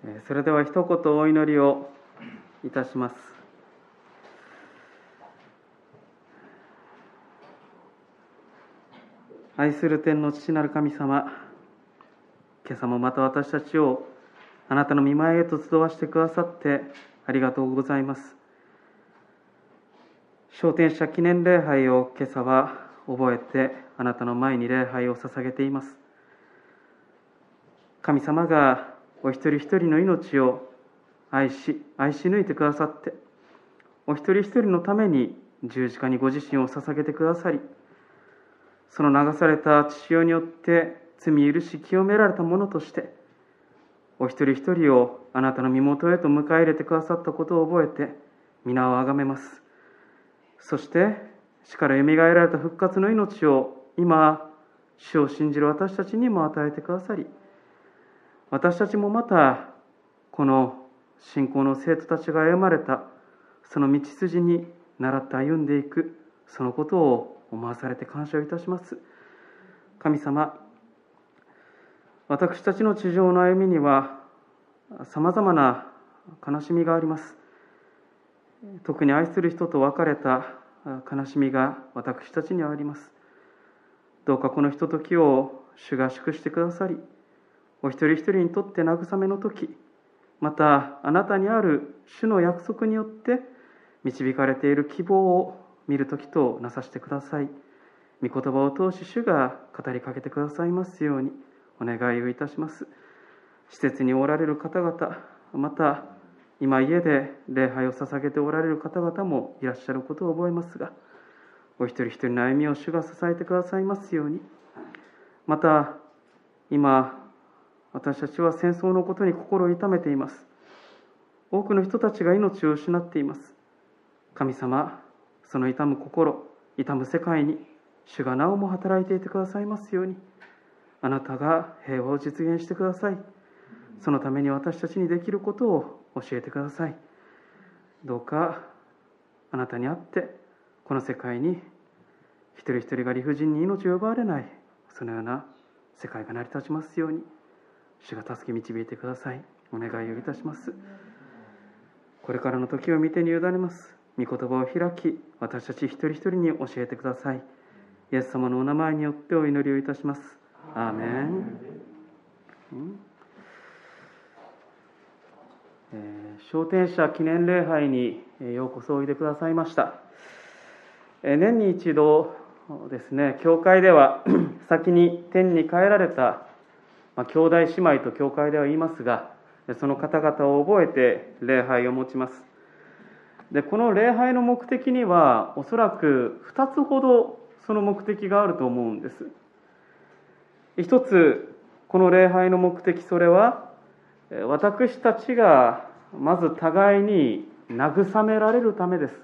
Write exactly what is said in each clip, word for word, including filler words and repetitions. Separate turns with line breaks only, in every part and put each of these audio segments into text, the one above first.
それでは一言お祈りをいたします。愛する天の父なる神様、今朝もまた私たちをあなたの御前へと集わしてくださってありがとうございます。昇天者記念礼拝を今朝は覚えてあなたの前に礼拝を捧げています。神様がお一人一人の命を愛し愛し抜いてくださって、お一人一人のために十字架にご自身を捧げてくださり、その流された血潮によって罪許し清められたものとして、お一人一人をあなたの身元へと迎え入れてくださったことを覚えて皆をあがめます。そして死からよみがえられた復活の命を今主を信じる私たちにも与えてくださり、私たちもまたこの信仰の生徒たちが歩まれたその道筋に倣って歩んでいく、そのことを思わされて感謝をいたします。神様、私たちの地上の歩みにはさまざまな悲しみがあります。特に愛する人と別れた悲しみが私たちにはあります。どうかこのひとときを主が祝してくださり、お一人一人にとって慰めの時、またあなたにある主の約束によって導かれている希望を見る時となさせてください。御言葉を通し主が語りかけてくださいますようにお願いをいたします。施設におられる方々、また今家で礼拝を捧げておられる方々もいらっしゃることを覚えますが、お一人一人の歩みを主が支えてくださいますように。また今私たちは戦争のことに心を痛めています。多くの人たちが命を失っています。神様、その痛む心、痛む世界に主がなおも働いていてくださいますように。あなたが平和を実現してください。そのために私たちにできることを教えてください。どうかあなたにあってこの世界に一人一人が理不尽に命を奪われない、そのような世界が成り立ちますように主が助け導いてください。お願いをいたします。これからの時を見てに委ねます。御言葉を開き、私たち一人一人に教えてください。イエス様のお名前によってお祈りをいたします。アーメン。うんえー、昇天者記念礼拝にようこそおいでくださいました。えー、年に一度ですね、教会では先に天に帰られたまあ、兄弟姉妹と教会では言いますが、その方々を覚えて礼拝を持ちます。で、この礼拝の目的にはおそらくふたつほどその目的があると思うんです。一つ、この礼拝の目的、それは私たちがまず互いに慰められるためです。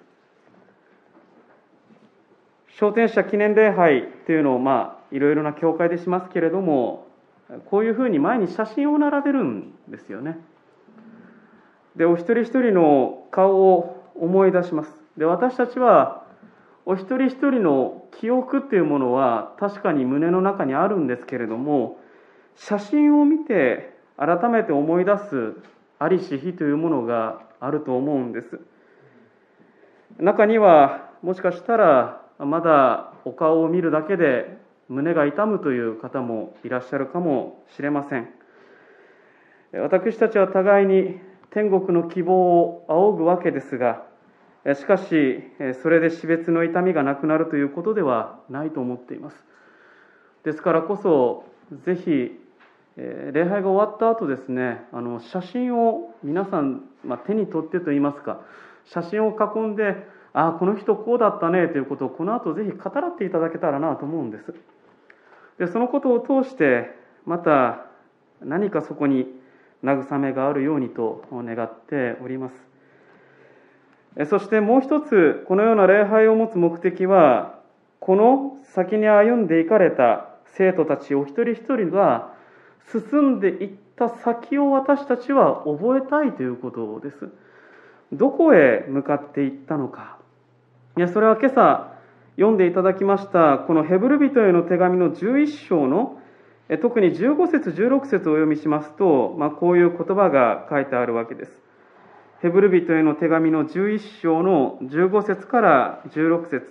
昇天者記念礼拝というのをまあいろいろな教会でしますけれども、こういうふうに前に写真を並べるんですよね。で、お一人一人の顔を思い出します。で、私たちはお一人一人の記憶っていうものは確かに胸の中にあるんですけれども、写真を見て改めて思い出すありし日というものがあると思うんです。中にはもしかしたらまだお顔を見るだけで胸が痛むという方もいらっしゃるかもしれません。私たちは互いに天国の希望を仰ぐわけですが、しかしそれで死別の痛みがなくなるということではないと思っています。ですからこそぜひ礼拝が終わった後ですね、あの写真を皆さん、まあ、手に取ってといいますか、写真を囲んで、ああこの人こうだったねということをこの後ぜひ語らっていただけたらなと思うんです。で、そのことを通してまた何かそこに慰めがあるようにと願っております。そしてもう一つ、このような礼拝を持つ目的は、この先に歩んでいかれた生徒たちお一人一人が進んでいった先を私たちは覚えたいということです。どこへ向かっていったのか。いや、それは今朝読んでいただきましたこのヘブル人への手紙のじゅういっ章の特にじゅうご節じゅうろく節をお読みしますと、まあ、こういう言葉が書いてあるわけです。ヘブル人への手紙のじゅういち章のじゅうご節からじゅうろく節。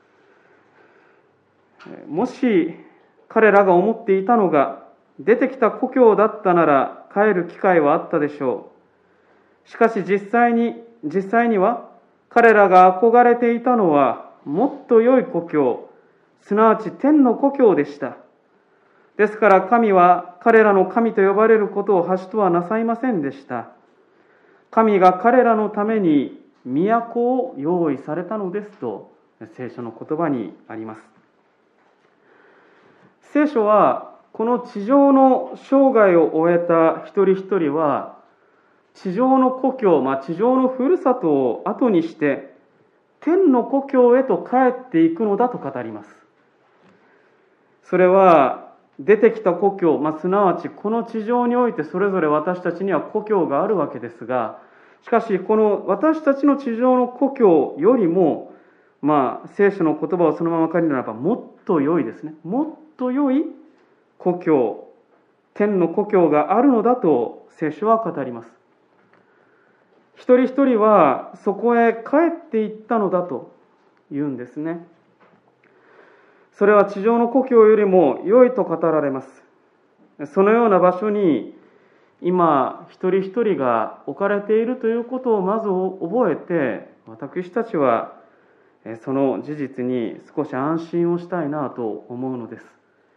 もし彼らが思っていたのが出てきた故郷だったなら帰る機会はあったでしょう。しかし実際に実際には彼らが憧れていたのはもっと良い故郷、すなわち天の故郷でした。ですから神は彼らの神と呼ばれることをはしとはなさいませんでした。神が彼らのために都を用意されたのですと聖書の言葉にあります。聖書はこの地上の生涯を終えた一人一人は地上の故郷、まあ、地上のふるさとを後にして天の故郷へと帰っていくのだと語ります。それは出てきた故郷、まあ、すなわちこの地上においてそれぞれ私たちには故郷があるわけですが、しかしこの私たちの地上の故郷よりも、まあ、聖書の言葉をそのまま借りるならばもっと良いですね、もっと良い故郷、天の故郷があるのだと聖書は語ります。一人一人はそこへ帰っていったのだと言うんですね。それは地上の故郷よりも良いと語られます。そのような場所に今一人一人が置かれているということをまず覚えて、私たちはその事実に少し安心をしたいなと思うのです。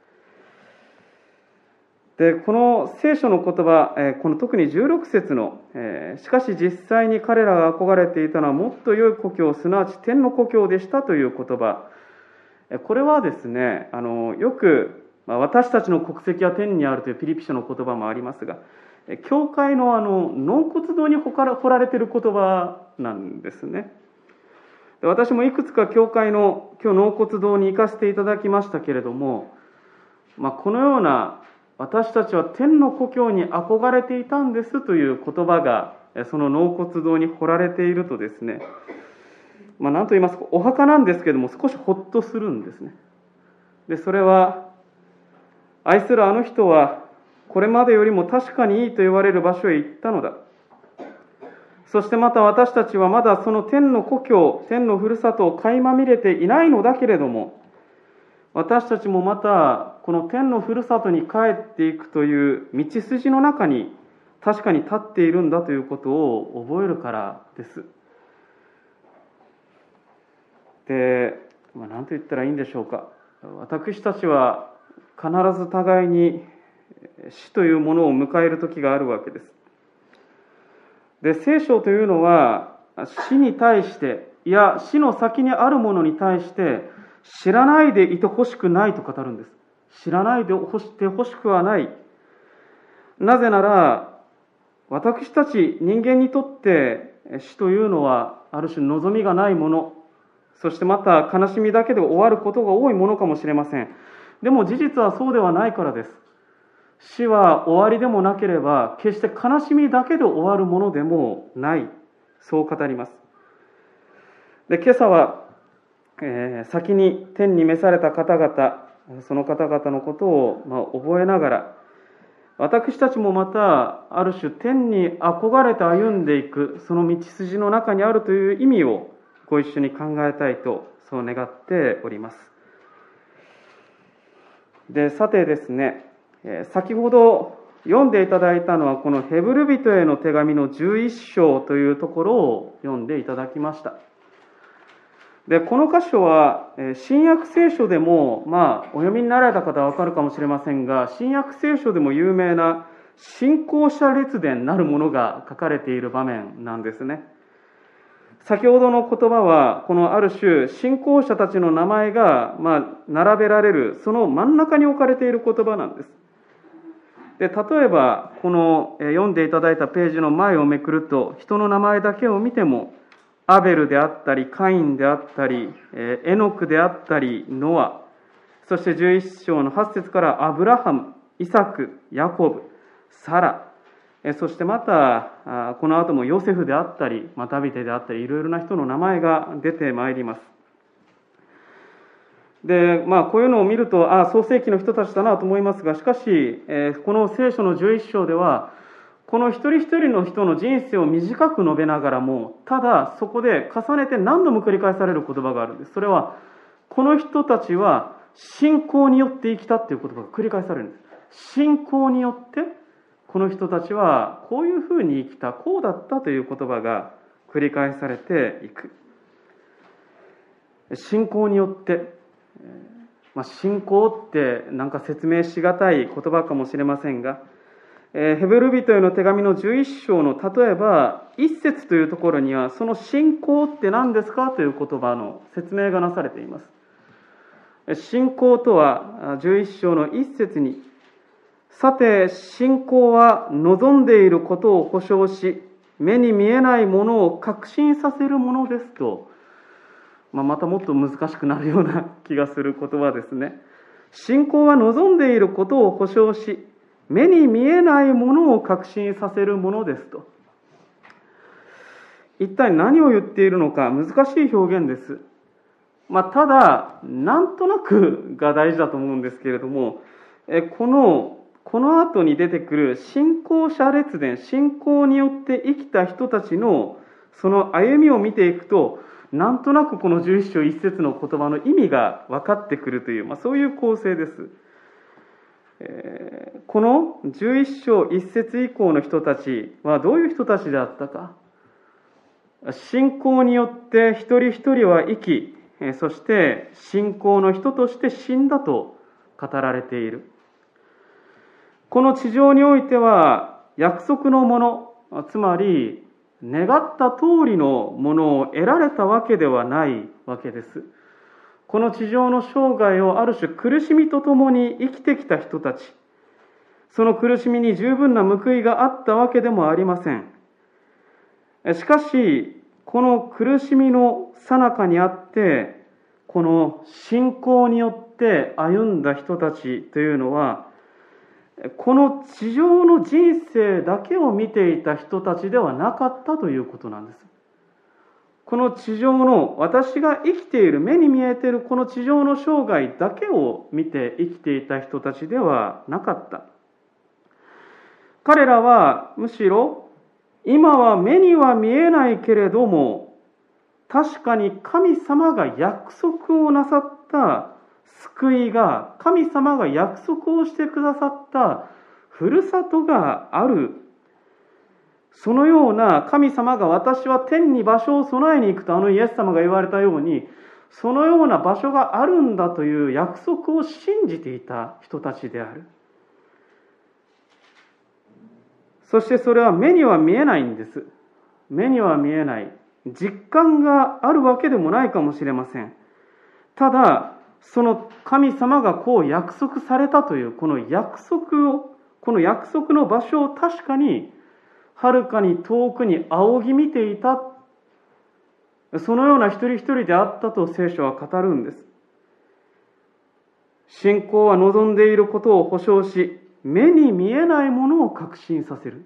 で、この聖書の言葉、この特にじゅうろく節のしかし実際に彼らが憧れていたのはもっと良い故郷、すなわち天の故郷でしたという言葉、これはですね、あのよく私たちの国籍は天にあるというピリピ書の言葉もありますが、教会のあの納骨堂に彫られている言葉なんですね。私もいくつか教会の今日納骨堂に行かせていただきましたけれども、まあ、このような私たちは天の故郷に憧れていたんですという言葉がその納骨堂に彫られているとですね、まあ、何と言いますか、お墓なんですけども少しほっとするんですね。で、それは愛するあの人はこれまでよりも確かにいいと言われる場所へ行ったのだ。そしてまた私たちはまだその天の故郷、天のふるさとを垣間見れていないのだけれども、私たちもまたこの天のふるさとに帰っていくという道筋の中に確かに立っているんだということを覚えるからです。で、まあ、何と言ったらいいんでしょうか。私たちは必ず互いに死というものを迎える時があるわけです。で、聖書というのは死に対して、いや死の先にあるものに対して知らないでいてほしくないと語るんです。知らないでほしてほしくはない。なぜなら私たち人間にとって死というのはある種望みがないもの、そしてまた悲しみだけで終わることが多いものかもしれません。でも事実はそうではないからです。死は終わりでもなければ決して悲しみだけで終わるものでもない、そう語ります。で、今朝は、えー、先に天に召された方々、その方々のことを、まあ、覚えながら、私たちもまたある種天に憧れて歩んでいくその道筋の中にあるという意味をご一緒に考えたいとそう願っております。で、さてですね、先ほど読んでいただいたのはこのヘブル人への手紙のじゅういち章というところを読んでいただきました。で、この箇所は新約聖書でも、まあ、お読みになられた方は分かるかもしれませんが、新約聖書でも有名な信仰者列伝なるものが書かれている場面なんですね。先ほどの言葉はこのある種信仰者たちの名前が、まあ、並べられるその真ん中に置かれている言葉なんです。で、例えばこの読んでいただいたページの前をめくると、人の名前だけを見てもアベルであったりカインであったりエノクであったりノア、そしてじゅういち章のはち節からアブラハム、イサク、ヤコブ、サラ、そしてまたこの後もヨセフであったり、ダビデであったり、いろいろな人の名前が出てまいります。 で、まあ、こういうのを見ると、ああ、創世記の人たちだなと思いますが、しかし、えーこの聖書のじゅういっ章では、この一人一人の人の人生を短く述べながらも、ただそこで重ねて何度も繰り返される言葉があるんです。それは、この人たちは信仰によって生きたという言葉が繰り返されるんです。信仰によって、この人たちはこういうふうに生きた、こうだったという言葉が繰り返されていく。信仰によって、まあ、信仰ってなんか説明しがたい言葉かもしれませんが、ヘブル人への手紙のじゅういっ章の例えば一節というところには、その信仰って何ですかという言葉の説明がなされています。信仰とはじゅういっ章の一節に、さて信仰は望んでいることを保証し、目に見えないものを確信させるものですと、まあ、またもっと難しくなるような気がする言葉ですね。信仰は望んでいることを保証し、目に見えないものを確信させるものですと。一体何を言っているのか、難しい表現です。まあ、ただ、なんとなくが大事だと思うんですけれども、えこの、この後に出てくる信仰者列伝、信仰によって生きた人たちのその歩みを見ていくと、なんとなくこのじゅういっ章一節の言葉の意味が分かってくるという、まあ、そういう構成です。えー、このじゅういっ章一節以降の人たちはどういう人たちであったか。信仰によって一人一人は生き、そして信仰の人として死んだと語られている。この地上においては約束のもの、つまり願った通りのものを得られたわけではないわけです。この地上の生涯をある種苦しみとともに生きてきた人たち、その苦しみに十分な報いがあったわけでもありません。しかし、この苦しみの最中にあって、この信仰によって歩んだ人たちというのは、この地上の人生だけを見ていた人たちではなかったということなんです。この地上の私が生きている、目に見えているこの地上の生涯だけを見て生きていた人たちではなかった。彼らはむしろ今は目には見えないけれども、確かに神様が約束をなさった救いが、神様が約束をしてくださったふるさとがある。そのような神様が私は天に場所を備えに行くとあのイエス様が言われたように、そのような場所があるんだという約束を信じていた人たちである。そしてそれは目には見えないんです。目には見えない。実感があるわけでもないかもしれません。ただ、その神様がこう約束されたというこの約束を、この約束の場所を確かにはるかに遠くに仰ぎ見ていた、そのような一人一人であったと聖書は語るんです。信仰は望んでいることを保証し、目に見えないものを確信させる。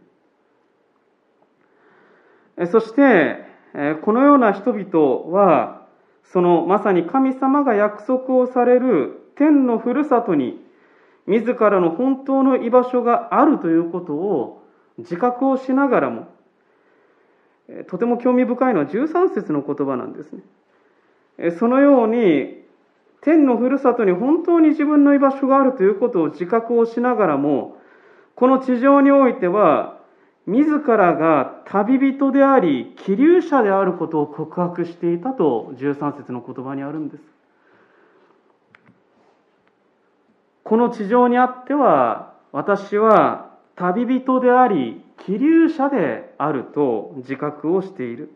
そしてこのような人々は、そのまさに神様が約束をされる天のふるさとに自らの本当の居場所があるということを自覚をしながらも、とても興味深いのはじゅうさん節の言葉なんですね。そのように天のふるさとに本当に自分の居場所があるということを自覚をしながらも、この地上においては自らが旅人であり寄留者であることを告白していたとじゅうさん節の言葉にあるんです。この地上にあっては私は旅人であり寄留者であると自覚をしている。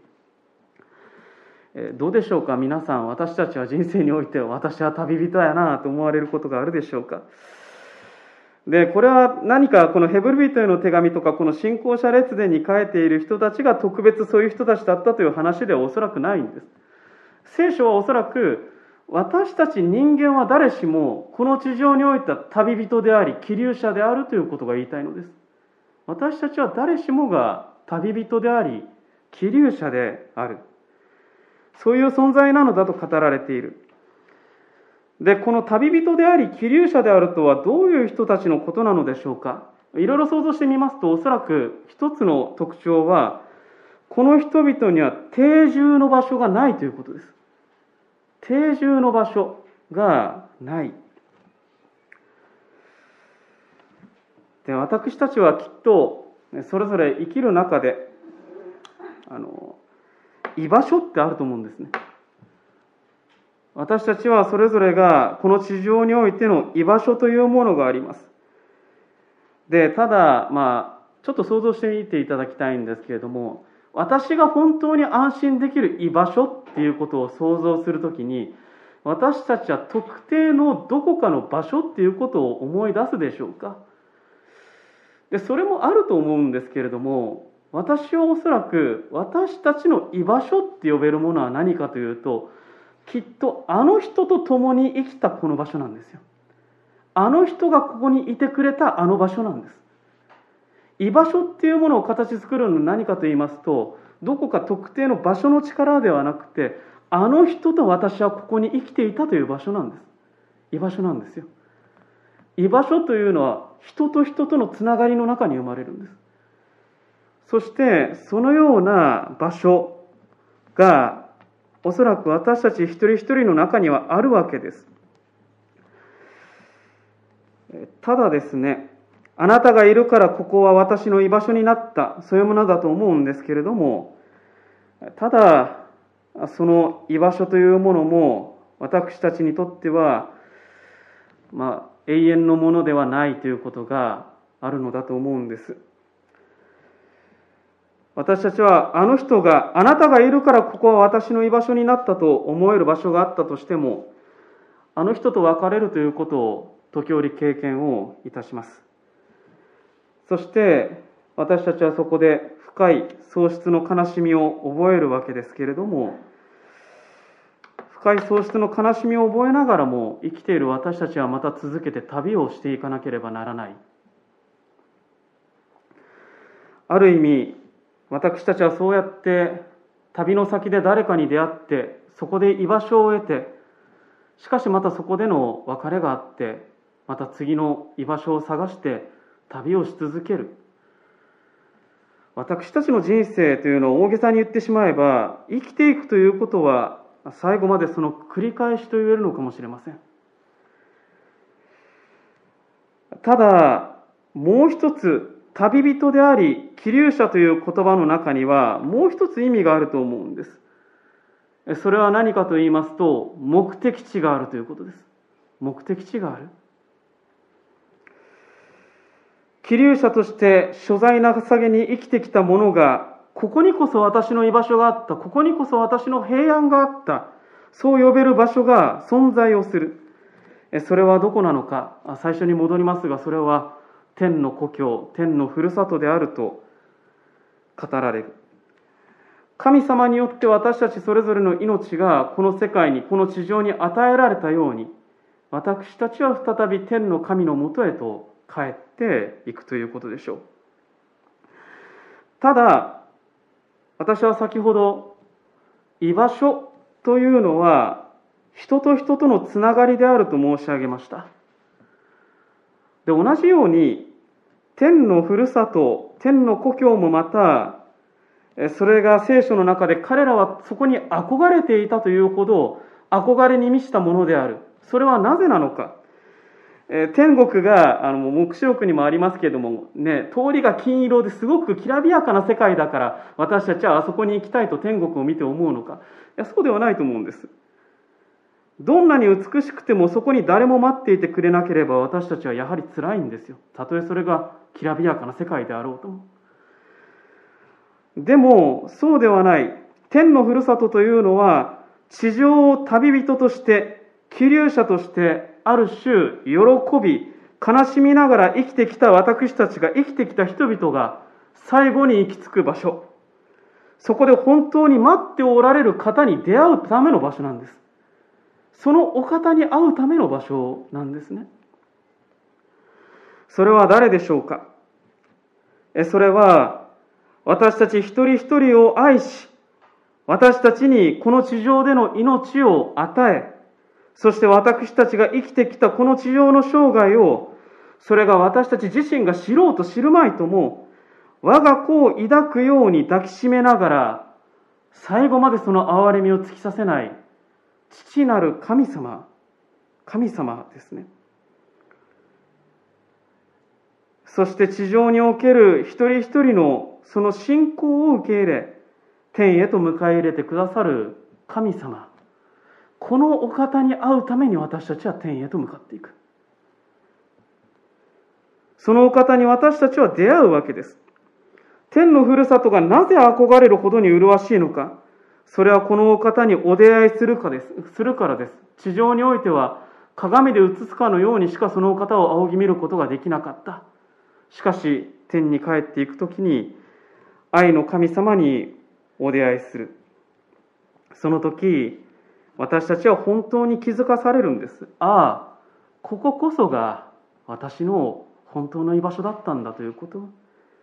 どうでしょうか皆さん、私たちは人生においては私は旅人やなと思われることがあるでしょうか。で、これは何かこのヘブル人への手紙とかこの信仰者列伝に書いている人たちが特別そういう人たちだったという話ではおそらくないんです。聖書はおそらく私たち人間は誰しもこの地上において旅人であり寄留者であるということが言いたいのです。私たちは誰しもが旅人であり寄留者である、そういう存在なのだと語られている。 で、この旅人であり寄留者であるとはどういう人たちのことなのでしょうか。いろいろ想像してみますと、おそらく一つの特徴は、この人々には定住の場所がないということです。定住の場所がない。で、私たちはきっとそれぞれ生きる中であの居場所ってあると思うんですね。私たちはそれぞれがこの地上においての居場所というものがあります。で、ただ、まあ、ちょっと想像してみていただきたいんですけれども、私が本当に安心できる居場所っていうことを想像するときに、私たちは特定のどこかの場所っていうことを思い出すでしょうか。で、それもあると思うんですけれども、私はおそらく私たちの居場所って呼べるものは何かというと、きっとあの人と共に生きたこの場所なんですよ。あの人がここにいてくれたあの場所なんです。居場所っていうものを形作るのは何かと言いますと、どこか特定の場所の力ではなくて、あの人と私はここに生きていたという場所なんです。居場所なんですよ。居場所というのは人と人とのつながりの中に生まれるんです。そしてそのような場所がおそらく私たち一人一人の中にはあるわけです。ただですね、あなたがいるからここは私の居場所になった、そういうものだと思うんですけれども、ただその居場所というものも私たちにとっては、まあ、永遠のものではないということがあるのだと思うんです。私たちはあの人が、あなたがいるからここは私の居場所になったと思える場所があったとしても、あの人と別れるということを時折経験をいたします。そして私たちはそこで深い喪失の悲しみを覚えるわけですけれども、深い喪失の悲しみを覚えながらも生きている私たちはまた続けて旅をしていかなければならない。ある意味、私たちはそうやって旅の先で誰かに出会って、そこで居場所を得て、しかしまたそこでの別れがあって、また次の居場所を探して旅をし続ける。私たちの人生というのを大げさに言ってしまえば、生きていくということは最後までその繰り返しと言えるのかもしれません。ただもう一つ、旅人であり寄留者という言葉の中にはもう一つ意味があると思うんです。それは何かと言いますと、目的地があるということです。目的地がある。寄留者として所在なさげに生きてきた者が、ここにこそ私の居場所があった、ここにこそ私の平安があった、そう呼べる場所が存在をする。それはどこなのか、最初に戻りますが、それは天の故郷、天のふるさとであると語られる。神様によって私たちそれぞれの命がこの世界に、この地上に与えられたように、私たちは再び天の神のもとへと帰っていくということでしょう。ただ、私は先ほど居場所というのは人と人とのつながりであると申し上げました。で、同じように天のふるさと、天の故郷もまた、それが聖書の中で彼らはそこに憧れていたというほど憧れに満ちたものである。それはなぜなのか。天国があの黙示録にもありますけれども、ね、通りが金色ですごくきらびやかな世界だから私たちはあそこに行きたいと天国を見て思うのか。いや、そうではないと思うんです。どんなに美しくてもそこに誰も待っていてくれなければ私たちはやはり辛いんですよ。たとえそれがきらびやかな世界であろうとも。でもそうではない。天のふるさとというのは地上を旅人として寄留者としてある種喜び悲しみながら生きてきた私たちが、生きてきた人々が最後に行き着く場所、そこで本当に待っておられる方に出会うための場所なんです。そのお方に会うための場所なんですね。それは誰でしょうか。それは私たち一人一人を愛し、私たちにこの地上での命を与え、 そして私たちが生きてきたこの地上の生涯を、それが私たち自身が知ろうと知るまいとも、我が子を抱くように抱きしめながら、最後までその憐れみを尽きさせない父なる神様、神様ですね。そして地上における一人一人のその信仰を受け入れ、天へと迎え入れてくださる神様、このお方に会うために私たちは天へと向かっていく。そのお方に私たちは出会うわけです。天のふるさとがなぜ憧れるほどに麗しいのか、それはこのお方にお出会いするかです、するからです。地上においては鏡で映すかのようにしかそのお方を仰ぎ見ることができなかった。しかし天に帰っていくときに愛の神様にお出会いする。その時私たちは本当に気づかされるんです。ああ、こここそが私の本当の居場所だったんだということ。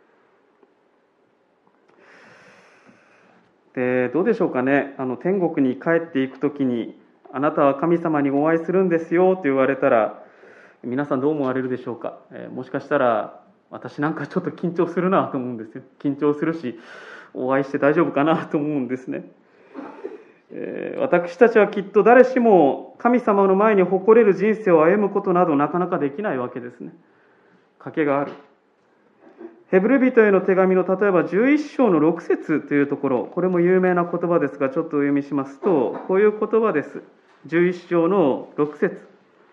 で、どうでしょうかね。あの天国に帰っていくときに、あなたは神様にお会いするんですよと言われたら、皆さんどう思われるでしょうか。えー、もしかしたら私なんかちょっと緊張するなと思うんですよ。緊張するし、お会いして大丈夫かなと思うんですね。えー、私たちはきっと誰しも神様の前に誇れる人生を歩むことなどなかなかできないわけですね。賭けがある。ヘブル人への手紙の例えばじゅういっ章のろく節というところ、これも有名な言葉ですが、ちょっとお読みしますと、こういう言葉です。じゅういっ章のろく節。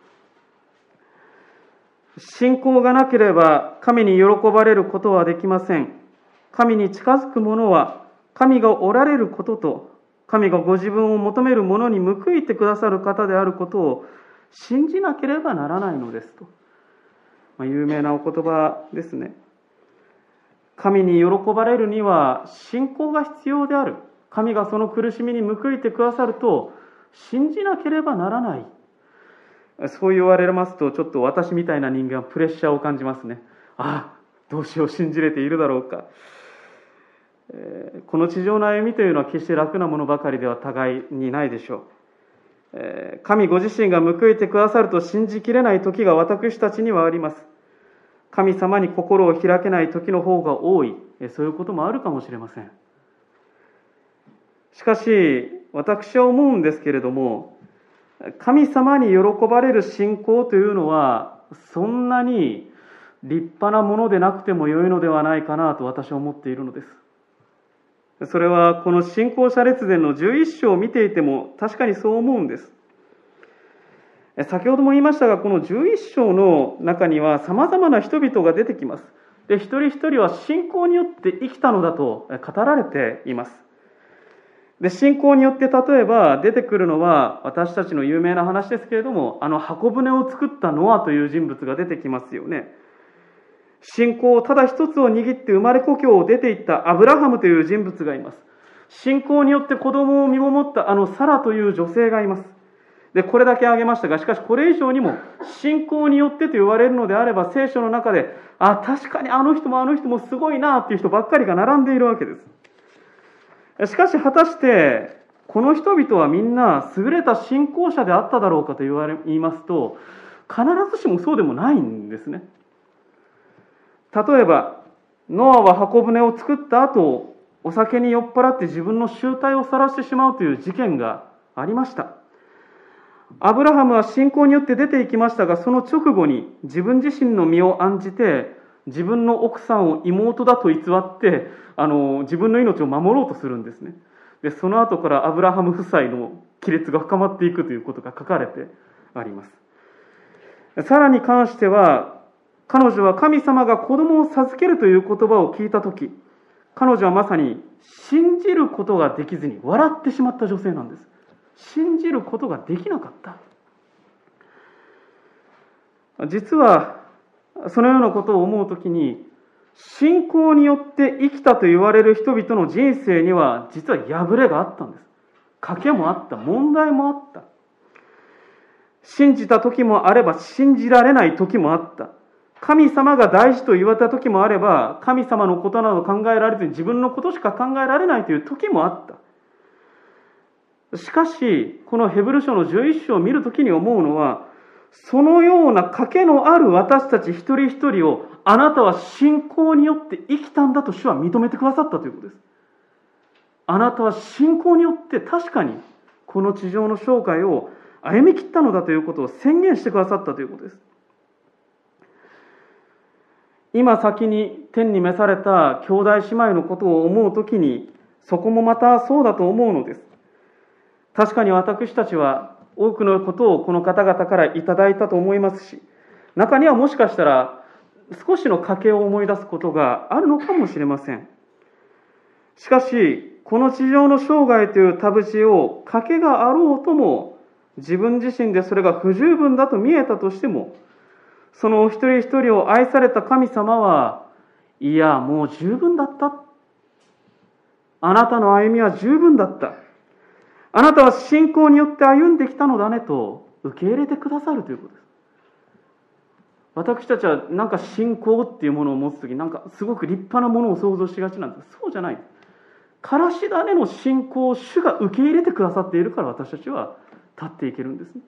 信仰がなければ神に喜ばれることはできません。神に近づく者は神がおられることと、神がご自分を求める者に報いてくださる方であることを信じなければならないのですと。まあ、有名なお言葉ですね。神に喜ばれるには信仰が必要である。神がその苦しみに報いてくださると信じなければならない。そう言われますと、ちょっと私みたいな人間はプレッシャーを感じますね。ああ、どうしよう、信じれているだろうか。えー、この地上の歩みというのは決して楽なものばかりでは互いにないでしょう。えー、神ご自身が報いてくださると信じきれない時が私たちにはあります。神様に心を開けない時の方が多い、そういうこともあるかもしれません。しかし私は思うんですけれども、神様に喜ばれる信仰というのはそんなに立派なものでなくてもよいのではないかなと私は思っているのです。それはこの信仰者列伝のじゅういっ章を見ていても確かにそう思うんです。先ほども言いましたが、このじゅういっ章の中にはさまざまな人々が出てきます。で、一人一人は信仰によって生きたのだと語られています。で、信仰によって例えば出てくるのは私たちの有名な話ですけれども、あの箱舟を作ったノアという人物が出てきますよね。信仰をただ一つを握って生まれ故郷を出ていったアブラハムという人物がいます。信仰によって子供を身ごもったあのサラという女性がいます。で、これだけ挙げましたが、しかしこれ以上にも信仰によってと言われるのであれば、聖書の中で、あ、確かにあの人もあの人もすごいなっていう人ばっかりが並んでいるわけです。しかし果たしてこの人々はみんな優れた信仰者であっただろうかと言われ言いますと、必ずしもそうでもないんですね。例えばノアは箱舟を作った後、お酒に酔っ払って自分の醜態を晒してしまうという事件がありました。アブラハムは信仰によって出ていきましたが、その直後に自分自身の身を案じて自分の奥さんを妹だと偽ってあの自分の命を守ろうとするんですね。で、その後からアブラハム夫妻の亀裂が深まっていくということが書かれてあります。さらに関しては、彼女は神様が子供を授けるという言葉を聞いたとき、彼女はまさに信じることができずに笑ってしまった女性なんです。信じることができなかった。実はそのようなことを思うときに、信仰によって生きたと言われる人々の人生には実は破れがあったんです。賭けもあった、問題もあった。信じた時もあれば信じられない時もあった。神様が大事と言われた時もあれば、神様のことなど考えられずに自分のことしか考えられないという時もあった。 しかし、このヘブル書のじゅういち章を見るときに思うのは、そのような賭けのある私たち一人一人を、あなたは信仰によって生きたんだと主は認めてくださったということです。あなたは信仰によって確かにこの地上の生涯を歩み切ったのだということを宣言してくださったということです。今先に天に召された兄弟姉妹のことを思うときに、そこもまたそうだと思うのです。確かに私たちは多くのことをこの方々からいただいたと思いますし、中にはもしかしたら少しの賭けを思い出すことがあるのかもしれません。しかし、この地上の生涯という旅路を賭けがあろうとも、自分自身でそれが不十分だと見えたとしても、そのお一人一人を愛された神様は、いや、もう十分だった。あなたの歩みは十分だった。あなたは信仰によって歩んできたのだねと受け入れてくださるということです。私たちはなんか信仰っていうものを持つとき、なんかすごく立派なものを想像しがちなんです。そうじゃない。からし種の信仰を主が受け入れてくださっているから私たちは立っていけるんですね。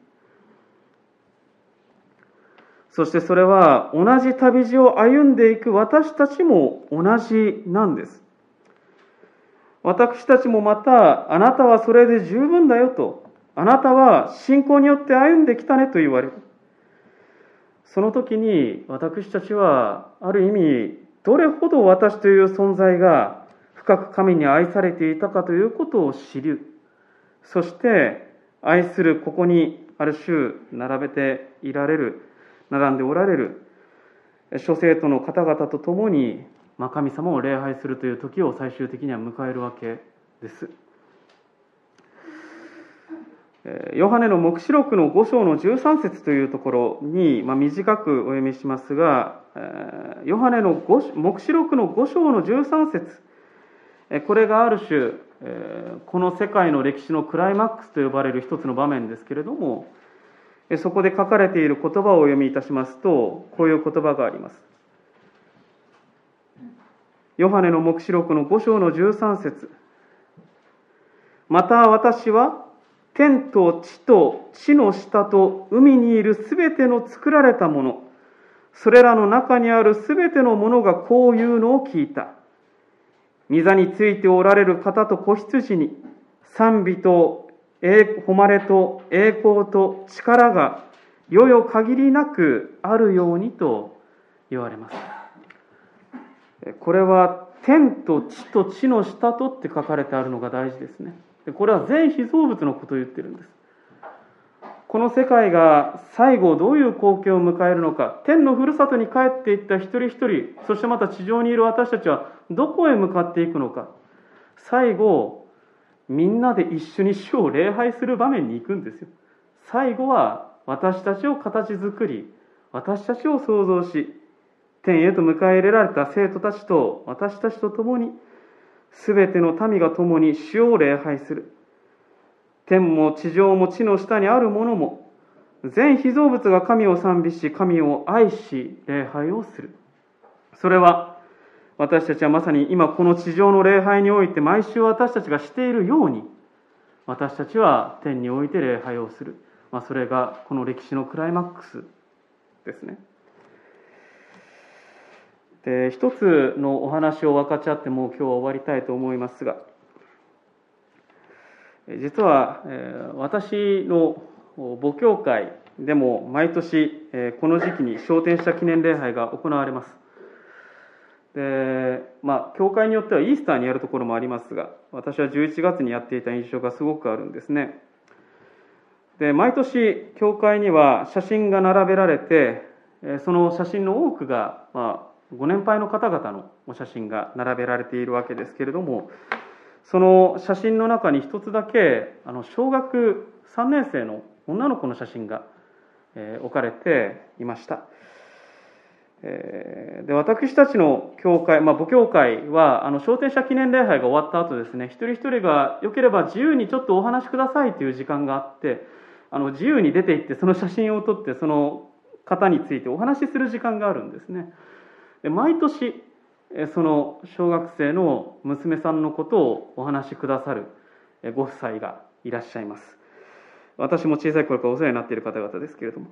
そしてそれは同じ旅路を歩んでいく私たちも同じなんです。私たちもまた、あなたはそれで十分だよと、あなたは信仰によって歩んできたねと言われる。その時に私たちはある意味、どれほど私という存在が深く神に愛されていたかということを知る。そして愛するここにある種並べていられる、並んでおられる諸生徒の方々と共に、まあ、神様を礼拝するという時を最終的には迎えるわけです。ヨハネの黙示録のご章のじゅうさん節というところに、まあ、短くお読みしますが、ヨハネの黙示録のご章のじゅうさん節、これがある種この世界の歴史のクライマックスと呼ばれる一つの場面ですけれども、そこで書かれている言葉をお読みいたしますと、こういう言葉があります。ヨハネの黙示録のご章のじゅうさん節、また私は天と地と地の下と海にいるすべての作られたもの、それらの中にあるすべてのものがこういうのを聞いた。御座についておられる方と子羊に賛美と誉れと栄光と力がよよ限りなくあるようにと言われます。これは天と地と地の下とって書かれてあるのが大事ですね。これは全被造物のことを言ってるんです。この世界が最後どういう光景を迎えるのか、天のふるさとに帰っていった一人一人、そしてまた地上にいる私たちはどこへ向かっていくのか、最後みんなで一緒に主を礼拝する場面に行くんですよ。最後は私たちを形作り、私たちを創造し、天へと迎え入れられた生徒たちと私たちと共に、すべての民が共に主を礼拝する。天も地上も地の下にあるものも、全被造物が神を賛美し、神を愛し、礼拝をする。それは、私たちはまさに今この地上の礼拝において毎週私たちがしているように、私たちは天において礼拝をする。まあ、それがこの歴史のクライマックスですね。で、一つのお話を分かち合ってもう今日は終わりたいと思いますが、実は、えー、私の母教会でも毎年、えー、この時期に昇天した記念礼拝が行われます。で、まあ、教会によってはイースターにやるところもありますが、私はじゅういちがつにやっていた印象がすごくあるんですね。で、毎年教会には写真が並べられて、その写真の多くが、まあ、ご年配の方々のお写真が並べられているわけですけれども、その写真の中に一つだけあの小学さんねん生の女の子の写真が、えー、置かれていました。えー、で私たちの教会、まあ、母教会はあの昇天者記念礼拝が終わった後ですね、一人一人がよければ自由にちょっとお話しくださいという時間があって、あの自由に出て行ってその写真を撮ってその方についてお話しする時間があるんですね。で、毎年その小学生の娘さんのことをお話しくださるご夫妻がいらっしゃいます。私も小さい頃からお世話になっている方々ですけれども、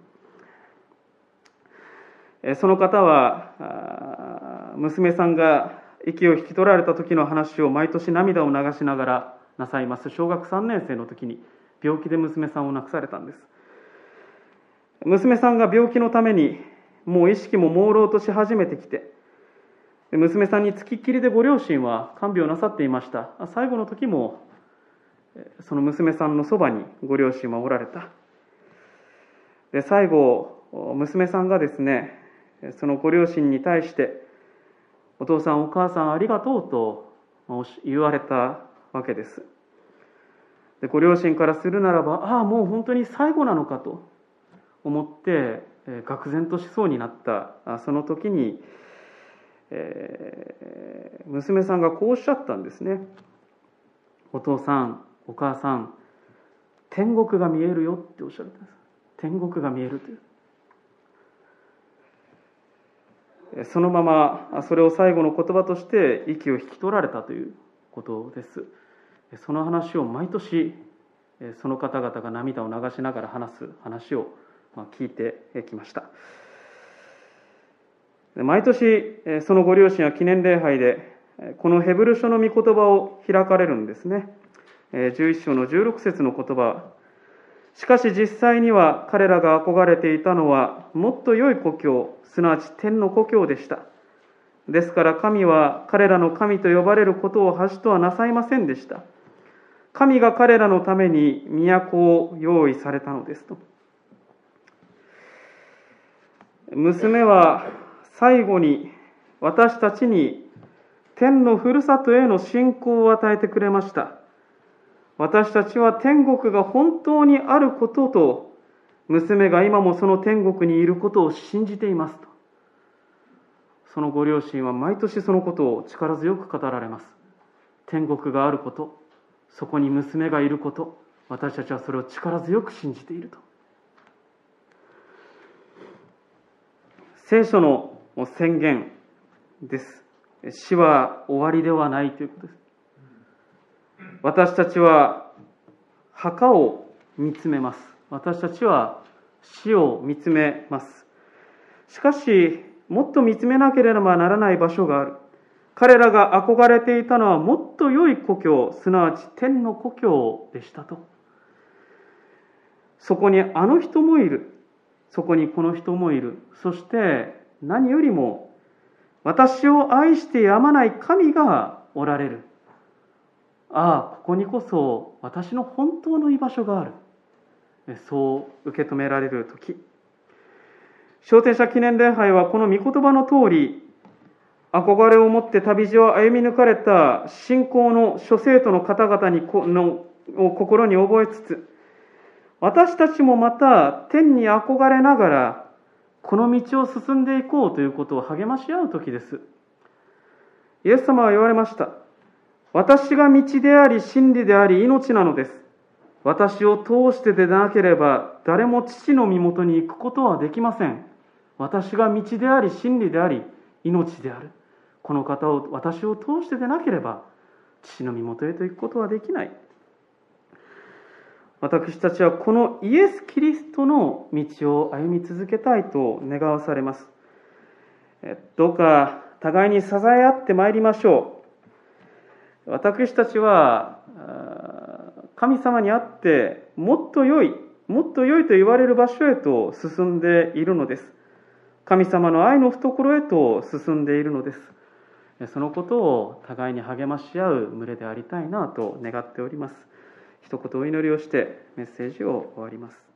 その方は娘さんが息を引き取られた時の話を毎年涙を流しながらなさいます。小学さんねん生の時に病気で娘さんを亡くされたんです。娘さんが病気のためにもう意識も朦朧とし始めてきて、娘さんにつきっきりでご両親は看病なさっていました。最後の時もその娘さんのそばにご両親はおられた。で、最後娘さんがですね、そのご両親に対してお父さんお母さんありがとうと言われたわけです。で、ご両親からするならば、ああもう本当に最後なのかと思って愕然としそうになったその時に、えー、娘さんがこうおっしゃったんですね。お父さんお母さん、天国が見えるよっておっしゃるんです。天国が見えるという、そのままそれを最後の言葉として息を引き取られたということです。その話を毎年その方々が涙を流しながら話す話を聞いてきました。毎年そのご両親は記念礼拝でこのヘブル書の御言葉を開かれるんですね。じゅういっ章のじゅうろく節の言葉、しかし実際には彼らが憧れていたのはもっと良い故郷、すなわち天の故郷でした。ですから神は彼らの神と呼ばれることを恥とはなさいませんでした。神が彼らのために都を用意されたのですと。娘は最後に私たちに天のふるさとへの信仰を与えてくれました。私たちは天国が本当にあることと、娘が今もその天国にいることを信じていますと。そのご両親は毎年そのことを力強く語られます。天国があること、そこに娘がいること、私たちはそれを力強く信じていると。聖書の宣言です。死は終わりではないということです。私たちは墓を見つめます。私たちは死を見つめます。しかし、もっと見つめなければならない場所がある。彼らが憧れていたのはもっと良い故郷、すなわち天の故郷でしたと。そこにあの人もいる。そこにこの人もいる。そして何よりも私を愛してやまない神がおられる。ああ、ここにこそ私の本当の居場所がある。そう受け止められるとき、昇天者記念礼拝はこの御言葉の通り、憧れを持って旅路を歩み抜かれた信仰の諸生徒の方々にこのを心に覚えつつ、私たちもまた天に憧れながらこの道を進んでいこうということを励まし合う時です。イエス様は言われました。私が道であり真理であり命なのです。私を通してでなければ誰も父の身元に行くことはできません。私が道であり真理であり命である。この方を私を通してでなければ父の身元へと行くことはできない。私たちはこのイエス・キリストの道を歩み続けたいと願わされます。どうか互いに支え合ってまいりましょう。私たちは神様にあってもっと良い、もっと良いと言われる場所へと進んでいるのです。神様の愛の懐へと進んでいるのです。そのことを互いに励まし合う群れでありたいなと願っております。一言お祈りをしてメッセージを終わります。